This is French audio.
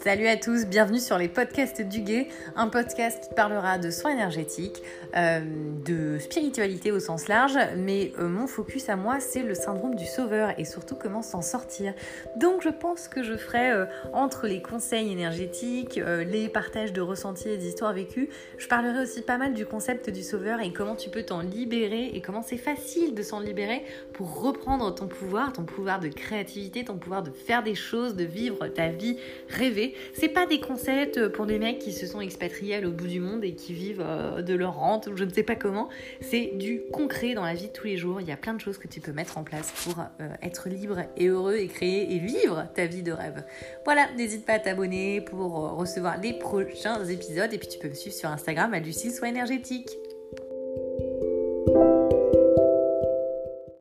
Salut à tous, bienvenue sur les podcasts du Gué, un podcast qui parlera de soins énergétiques, de spiritualité au sens large, mais mon focus à moi c'est le syndrome du sauveur et surtout comment s'en sortir. Donc je pense que je ferai entre les conseils énergétiques, les partages de ressentis et d'histoires vécues, je parlerai aussi pas mal du concept du sauveur et comment tu peux t'en libérer et comment c'est facile de s'en libérer pour reprendre ton pouvoir de créativité, ton pouvoir de faire des choses, de vivre ta vie rêvée. C'est pas des concepts pour des mecs qui se sont expatriés à l'autre bout du monde et qui vivent de leur rente ou je ne sais pas comment. C'est du concret dans la vie de tous les jours. Il y a plein de choses que tu peux mettre en place pour être libre et heureux et créer et vivre ta vie de rêve. Voilà, n'hésite pas à t'abonner pour recevoir les prochains épisodes et puis tu peux me suivre sur Instagram à Lucie Soins Énergétiques.